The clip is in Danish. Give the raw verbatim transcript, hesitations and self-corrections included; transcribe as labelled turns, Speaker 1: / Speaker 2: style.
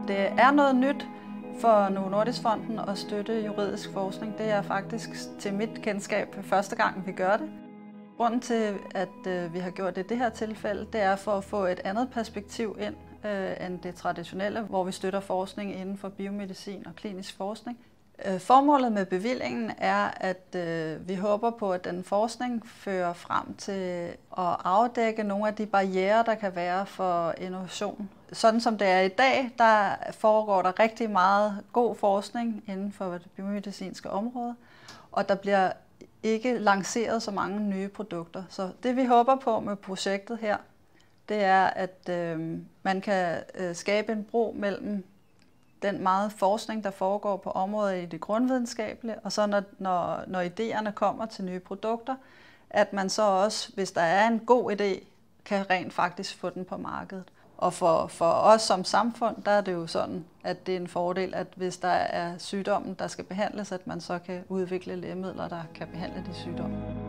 Speaker 1: Det er noget nyt for Novo Nordisk Fonden at støtte juridisk forskning. Det er faktisk til mit kendskab første gang, vi gør det. Grunden til, at vi har gjort det i det her tilfælde, det er for at få et andet perspektiv ind øh, end det traditionelle, hvor vi støtter forskning inden for biomedicin og klinisk forskning. Formålet med bevillingen er, at øh, vi håber på, at den forskning fører frem til at afdække nogle af de barrierer, der kan være for innovation. Sådan som det er i dag, der foregår der rigtig meget god forskning inden for det biomedicinske område, og der bliver ikke lanceret så mange nye produkter. Så det vi håber på med projektet her, det er, at øh, man kan øh, skabe en bro mellem den meget forskning, der foregår på området i det grundvidenskabelige, og så når, når, når idéerne kommer til nye produkter, at man så også, hvis der er en god idé, kan rent faktisk få den på markedet. Og for, for os som samfund, der er det jo sådan, at det er en fordel, at hvis der er sygdommen, der skal behandles, at man så kan udvikle lægemidler, der kan behandle de sygdomme.